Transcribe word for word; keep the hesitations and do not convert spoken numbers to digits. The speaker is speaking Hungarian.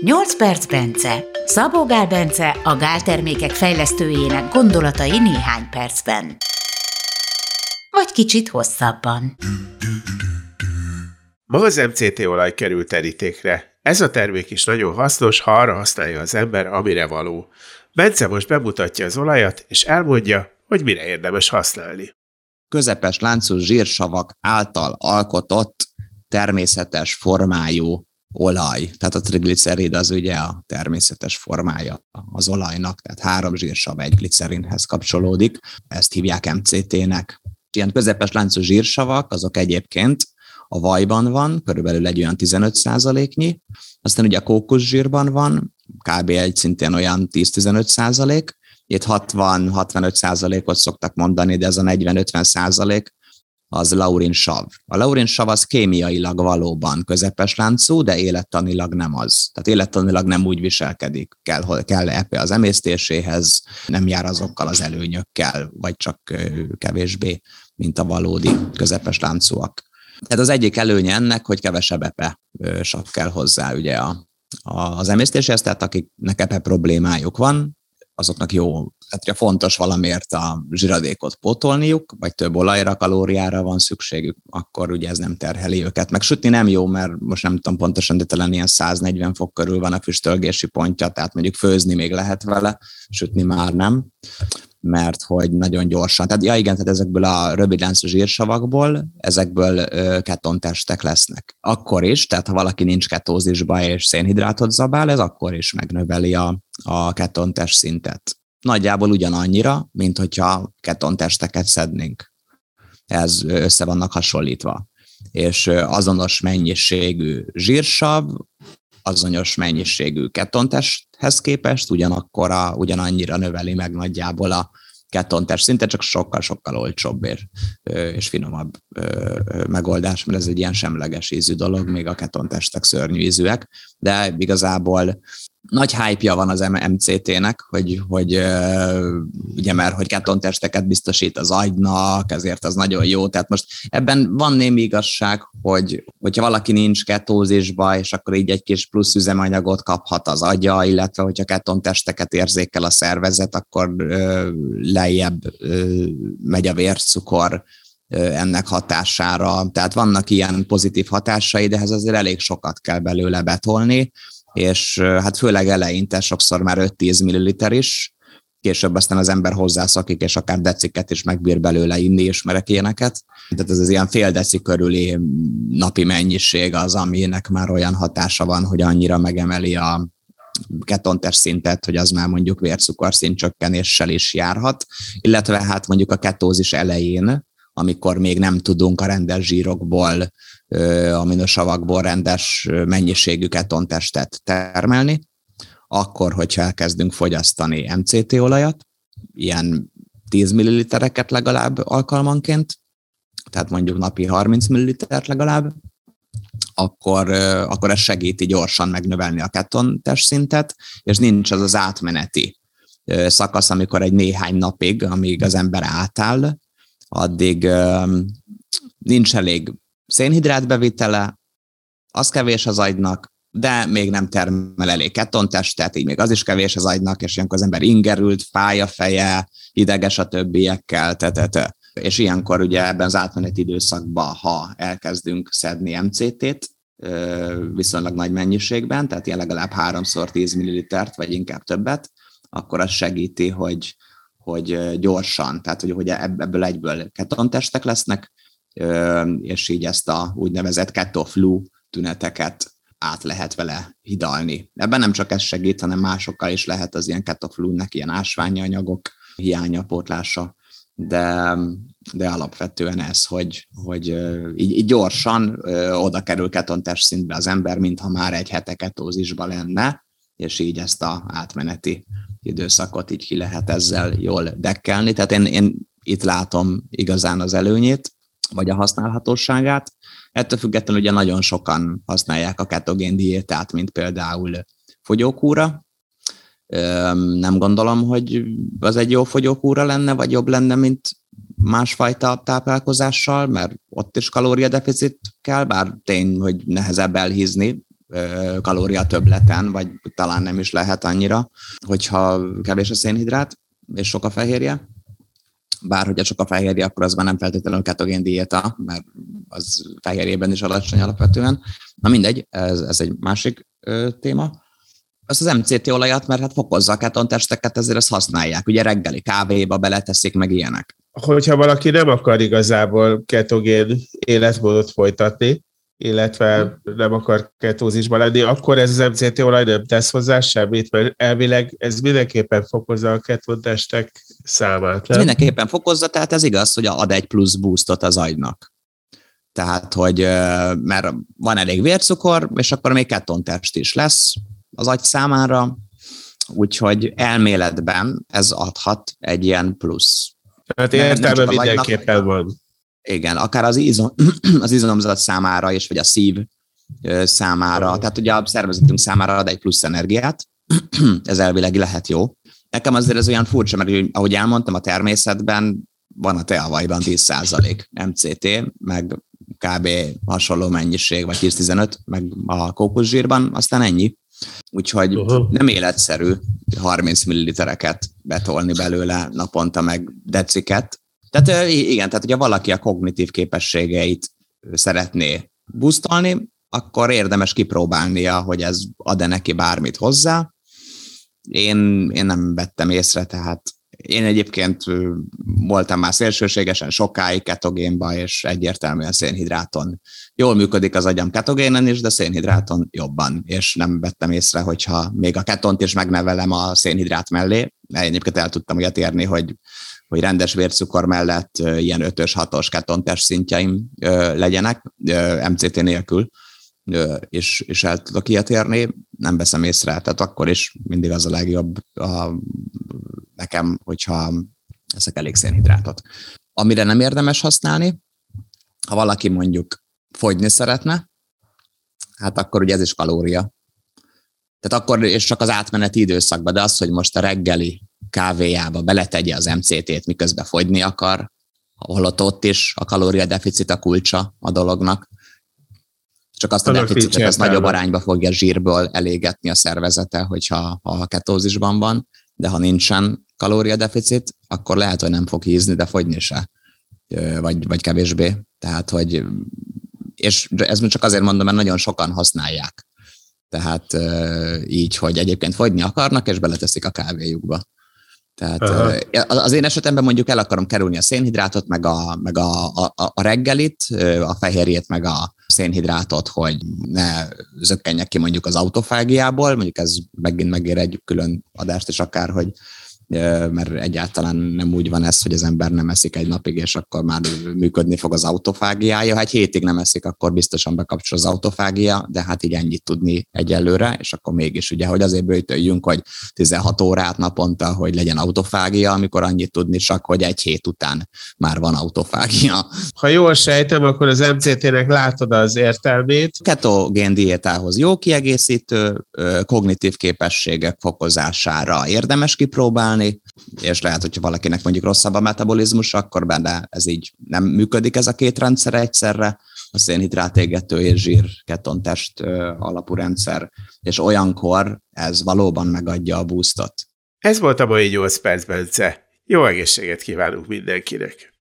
nyolc perc Bence. Szabó Gál Bence, a gáltermékek fejlesztőjének gondolatai néhány percben. Vagy kicsit hosszabban. Ma az em cé té olaj kerül terítékre. Ez a termék is nagyon hasznos, ha arra használja az ember, amire való. Bence most bemutatja az olajat, és elmondja, hogy mire érdemes használni. Közepes láncú zsírsavak által alkotott természetes formájú olaj. Tehát a triglicerid az ugye a természetes formája az olajnak, tehát három zsírsav egy glicerinhez kapcsolódik. Ezt hívják em cé té-nek. Ilyen közepes láncú zsírsavak, azok egyébként a vajban van, körülbelül egy olyan tizenöt százaléknyi, aztán ugye a kókuszsírban van, kb. Egy szintén olyan tíz-tizenöt százalék, itt hatvan-hatvanöt százalékot szoktak mondani, de ez a negyven-ötven százalék az laurinsav. A laurinsav az kémiailag valóban közepes láncú, de élettanilag nem az. Tehát élettanilag nem úgy viselkedik, kell, kell epe az emésztéséhez, nem jár azokkal az előnyökkel, vagy csak kevésbé, mint a valódi közepes láncúak. Tehát az egyik előnye ennek, hogy kevesebb epe sav kell hozzá ugye a, a, az emésztéshez, tehát akiknek epe problémájuk van, azoknak jó, tehát hogyha fontos valamiért a zsiradékot pótolniuk, vagy több olajra, kalóriára van szükségük, akkor ugye ez nem terheli őket. Meg sütni nem jó, mert most nem tudom pontosan, de talán ilyen száznegyven fok körül van a füstölgési pontja, tehát mondjuk főzni még lehet vele, sütni már nem, mert hogy nagyon gyorsan. Tehát ja igen, tehát ezekből a rövidláncú zsírsavakból, ezekből ö, ketontestek lesznek. Akkor is, tehát ha valaki nincs ketózisba és szénhidrátot zabál, ez akkor is megnöveli a, a ketontest szintet. Nagyjából ugyanannyira, mint hogyha ketontesteket szednénk. Ez össze vannak hasonlítva. És azonos mennyiségű zsírsav, azonos mennyiségű ketontesthez képest ugyanakkor a, ugyanannyira növeli meg nagyjából a ketontest szintet, csak sokkal-sokkal olcsóbb és, és finomabb megoldás, mert ez egy ilyen semleges ízű dolog, még a ketontestek szörnyű ízűek, de igazából nagy hype-ja van az em cé té-nek, hogy, hogy ugye mert hogy ketontesteket biztosít az agynak, ezért az nagyon jó. Tehát most ebben van némi igazság, hogy hogyha valaki nincs ketózisba, és akkor így egy kis plusz üzemanyagot kaphat az agya, illetve hogyha ketontesteket érzékel a szervezet, akkor lejjebb megy a vércukor ennek hatására. Tehát vannak ilyen pozitív hatásai, de ez azért elég sokat kell belőle betolni, és hát főleg eleinte sokszor már öt-tíz milliliter is, később aztán az ember hozzászokik, és akár deciket is megbír belőle inni, ismerek ilyeneket. Tehát ez az ilyen fél deci körüli napi mennyiség az, aminek már olyan hatása van, hogy annyira megemeli a ketontest szintet, hogy az már mondjuk vércukorszint csökkenéssel is járhat, illetve hát mondjuk a ketózis elején, amikor még nem tudunk a rendes zsírokból, aminosavakból rendes mennyiségű ketontestet termelni, akkor, hogyha elkezdünk fogyasztani em cé té olajat, ilyen tíz millilitereket legalább alkalmanként, tehát mondjuk napi harminc millilitert legalább, akkor, akkor ez segíti gyorsan megnövelni a ketontest szintet, és nincs az az átmeneti szakasz, amikor egy néhány napig, amíg az ember átáll, addig nincs elég szénhidrátbevitele, az kevés az agynak, de még nem termel elég ketontestet, így még az is kevés az agynak, és ilyenkor az ember ingerült, fáj a feje, ideges a többiekkel, tetető. És ilyenkor ugye ebben az átmeneti időszakban, ha elkezdünk szedni em cé té-t, viszonylag nagy mennyiségben, tehát ilyen legalább háromszor tíz millilitert, vagy inkább többet, akkor az segíti, hogy, hogy gyorsan, tehát hogy, hogy ebből egyből ketontestek lesznek, és így ezt a úgynevezett keto-flu tüneteket át lehet vele hidalni. Ebben nem csak ez segít, hanem másokkal is lehet az ilyen keto-flu-nek ilyen ásványi anyagok hiánya, pótlása, de, de alapvetően ez, hogy, hogy így, így gyorsan oda kerül ketontest szintbe az ember, mintha már egy hete ketózisban lenne, és így ezt az átmeneti időszakot így ki lehet ezzel jól dekkelni. Tehát én, én itt látom igazán az előnyét, vagy a használhatóságát. Ettől függetlenül ugye nagyon sokan használják a ketogén diétát, mint például fogyókúra. Nem gondolom, hogy az egy jó fogyókúra lenne, vagy jobb lenne, mint másfajta táplálkozással, mert ott is kalóriadeficit kell, bár tény, hogy nehezebb elhízni kalória többleten, vagy talán nem is lehet annyira, hogyha kevés a szénhidrát, és sok a fehérje. Bár hogyha sok a fehérje, akkor az már nem feltétlenül ketogén diéta, mert az fehérjében is alacsony alapvetően. Na mindegy, ez, ez egy másik ö, téma. Azt az em cé té olajat, mert hát fokozza a ketontesteket, ezért ezt használják. Ugye reggeli kávéba beleteszik, meg ilyenek. Hogyha valaki nem akar igazából ketogén életmódot folytatni, illetve nem akar ketózisban lenni, akkor ez az em cé té olaj nem tesz hozzá semmit, mert elvileg ez mindenképpen fokozza a ketontestek számát. Ez mindenképpen fokozza, tehát ez igaz, hogy ad egy plusz boostot az agynak. Tehát, hogy mert van elég vércukor, és akkor még ketontest is lesz az agy számára, úgyhogy elméletben ez adhat egy ilyen plusz. Hát értelme mindenképpen van. Igen, akár az, izom, az izomzat számára is, vagy a szív számára, uh-huh. Tehát ugye a szervezetünk számára ad egy plusz energiát, ez elvileg lehet jó. Nekem azért ez olyan furcsa, mert ahogy elmondtam, a természetben van a teavajban tíz százalék em cé té, meg kb. Hasonló mennyiség, vagy tíz-tizenöt, meg a kókuszsírban, aztán ennyi. Úgyhogy uh-huh. nem életszerű harminc millilitereket betolni belőle naponta, meg deciket. Tehát igen, tehát hogyha valaki a kognitív képességeit szeretné boostolni, akkor érdemes kipróbálnia, hogy ez ad-e neki bármit hozzá. Én, én nem vettem észre, tehát én egyébként voltam már szélsőségesen sokáig ketogénba, és egyértelműen szénhidráton jól működik az agyam ketogénen is, de szénhidráton jobban, és nem vettem észre, hogyha még a ketont is megnevelem a szénhidrát mellé. Egyébként el tudtam olyat érni, hogy hogy rendes vércukor mellett uh, ilyen ötös, hatos ketontest szintjeim uh, legyenek, uh, em cé té nélkül, uh, és, és el tudok ilyet érni, nem veszem észre, tehát akkor is mindig az a legjobb a, nekem, hogyha eszek elég szénhidrátot. Amire nem érdemes használni, ha valaki mondjuk fogyni szeretne, hát akkor ugye ez is kalória. Tehát akkor, és csak az átmeneti időszakban, de az, hogy most a reggeli kávéjába beletegye az em cé té-t, miközben fogyni akar, holott ott is a kalóriadeficit a kulcsa a dolognak. Csak azt a Annak deficitet az nagyobb arányba fogja zsírből elégetni a szervezete, hogyha ha a ketózisban van, de ha nincsen kalóriadeficit, akkor lehet, hogy nem fog hízni, de fogyni se, vagy, vagy kevésbé. Tehát, hogy, és ezt csak azért mondom, mert nagyon sokan használják. Tehát így, hogy egyébként fogyni akarnak, és beleteszik a kávéjukba. Tehát uh-huh. az én esetemben mondjuk el akarom kerülni a szénhidrátot, meg a, meg a, a, a reggelit, a fehérjét, meg a szénhidrátot, hogy ne zökkenjek ki mondjuk az autofágiából, mondjuk ez megint megér egy külön adást is akár, hogy mert egyáltalán nem úgy van ez, hogy az ember nem eszik egy napig, és akkor már működni fog az autofágiája. Ha egy hétig nem eszik, akkor biztosan bekapcsol az autofágia, de hát így ennyit tudni egyelőre, és akkor mégis ugye, hogy azért böjtöljünk, hogy tizenhat órát naponta, hogy legyen autofágia, amikor annyit tudni csak, hogy egy hét után már van autofágia. Ha jól sejtem, akkor az em cé té-nek látod az értelmét. Ketogén diétához jó kiegészítő, kognitív képességek fokozására érdemes kipróbálni, és lehet, hogyha valakinek mondjuk rosszabb a metabolizmus, akkor benne ez így nem működik ez a két rendszer egyszerre, a szénhidrát égető és zsír ketontest alapú rendszer, és olyankor ez valóban megadja a boostot. Ez volt a mai nyolc perc, Bence. Jó egészséget kívánunk mindenkinek!